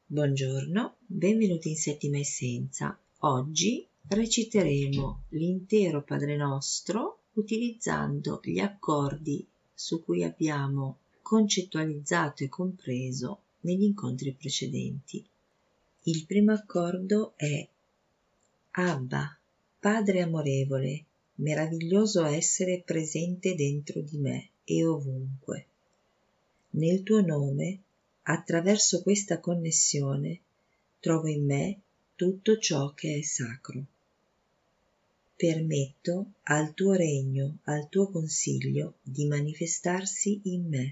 Buongiorno, benvenuti in Settima Essenza. Oggi reciteremo l'intero Padre Nostro utilizzando gli accordi su cui abbiamo concettualizzato e compreso negli incontri precedenti. Il primo accordo è Abba, Padre amorevole, meraviglioso essere presente dentro di me e ovunque. Nel tuo nome, attraverso questa connessione, trovo in me tutto ciò che è sacro. Permetto al tuo regno, al tuo consiglio di manifestarsi in me.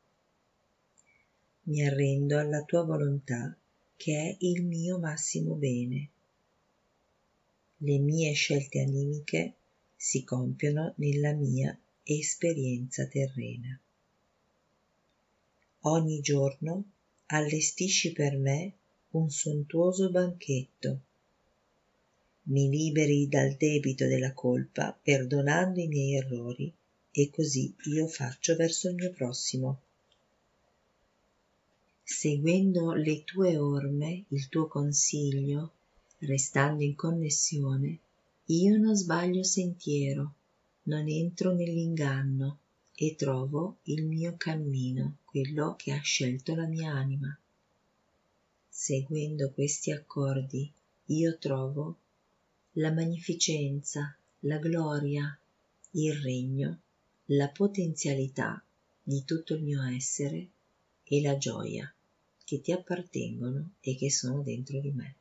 Mi arrendo alla tua volontà, che è il mio massimo bene. Le mie scelte animiche si compiono nella mia esperienza terrena. Ogni giorno allestisci per me un sontuoso banchetto. Mi liberi dal debito della colpa perdonando i miei errori e così io faccio verso il mio prossimo. Seguendo le tue orme, il tuo consiglio, restando in connessione, io non sbaglio sentiero, non entro nell'inganno e trovo il mio cammino, quello che ha scelto la mia anima. Seguendo questi accordi, io trovo la magnificenza, la gloria, il regno, la potenzialità di tutto il mio essere e la gioia che ti appartengono e che sono dentro di me.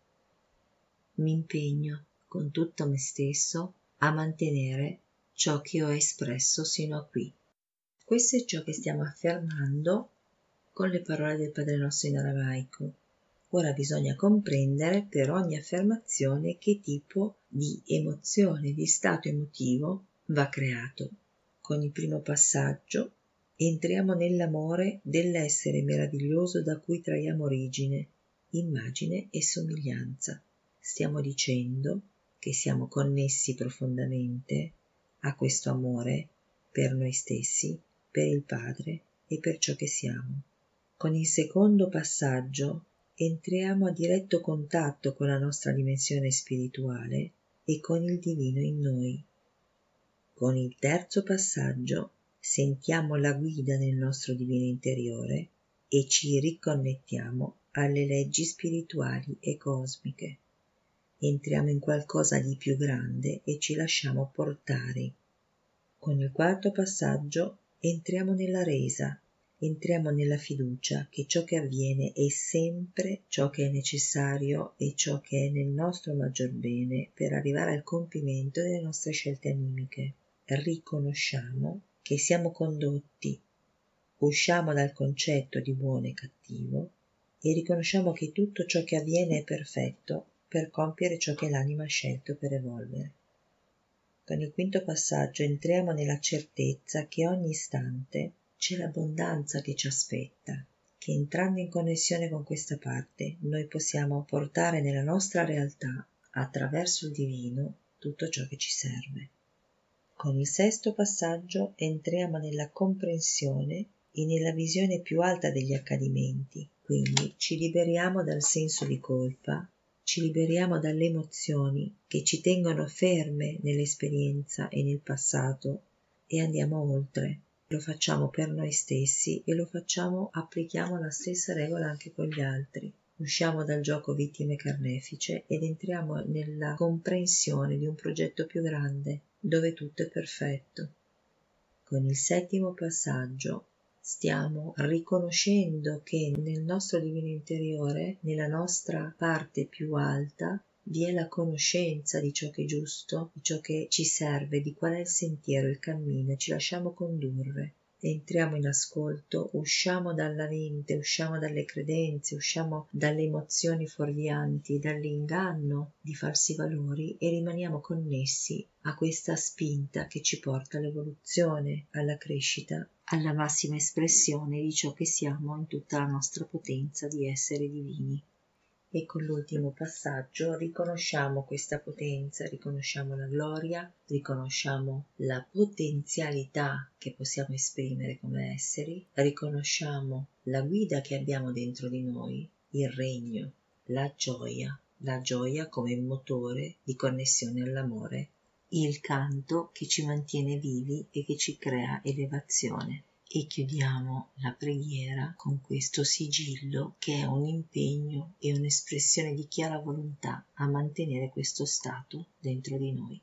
Mi impegno con tutto me stesso a mantenere ciò che ho espresso sino a qui. Questo è ciò che stiamo affermando con le parole del Padre Nostro in aramaico. Ora bisogna comprendere per ogni affermazione che tipo di emozione, di stato emotivo va creato. Con il primo passaggio entriamo nell'amore dell'essere meraviglioso da cui traiamo origine, immagine e somiglianza. Stiamo dicendo che siamo connessi profondamente a questo amore per noi stessi, per il Padre e per ciò che siamo. Con il secondo passaggio entriamo a diretto contatto con la nostra dimensione spirituale e con il divino in noi. Con il terzo passaggio sentiamo la guida nel nostro divino interiore e ci riconnettiamo alle leggi spirituali e cosmiche. Entriamo in qualcosa di più grande e ci lasciamo portare. Con il quarto passaggio entriamo nella resa, entriamo nella fiducia che ciò che avviene è sempre ciò che è necessario e ciò che è nel nostro maggior bene per arrivare al compimento delle nostre scelte animiche. Riconosciamo che siamo condotti, usciamo dal concetto di buono e cattivo e riconosciamo che tutto ciò che avviene è perfetto per compiere ciò che l'anima ha scelto per evolvere. Con il quinto passaggio entriamo nella certezza che ogni istante c'è l'abbondanza che ci aspetta, che entrando in connessione con questa parte noi possiamo portare nella nostra realtà, attraverso il divino, tutto ciò che ci serve. Con il sesto passaggio entriamo nella comprensione e nella visione più alta degli accadimenti, quindi ci liberiamo dal senso di colpa, ci liberiamo dalle emozioni che ci tengono ferme nell'esperienza e nel passato e andiamo oltre. Lo facciamo per noi stessi e applichiamo la stessa regola anche con gli altri. Usciamo dal gioco vittime carnefice ed entriamo nella comprensione di un progetto più grande, dove tutto è perfetto. Con il settimo passaggio stiamo riconoscendo che nel nostro divino interiore, nella nostra parte più alta, vi è la conoscenza di ciò che è giusto, di ciò che ci serve, di qual è il sentiero, il cammino, e ci lasciamo condurre. Entriamo in ascolto, usciamo dalla mente, usciamo dalle credenze, usciamo dalle emozioni fuorvianti, dall'inganno di falsi valori e rimaniamo connessi a questa spinta che ci porta all'evoluzione, alla crescita, alla massima espressione di ciò che siamo in tutta la nostra potenza di esseri divini. E con l'ultimo passaggio riconosciamo questa potenza, riconosciamo la gloria, riconosciamo la potenzialità che possiamo esprimere come esseri, riconosciamo la guida che abbiamo dentro di noi il regno, la gioia come motore di connessione all'amore, il canto che ci mantiene vivi e che ci crea elevazione. E chiudiamo la preghiera con questo sigillo che è un impegno e un'espressione di chiara volontà a mantenere questo stato dentro di noi.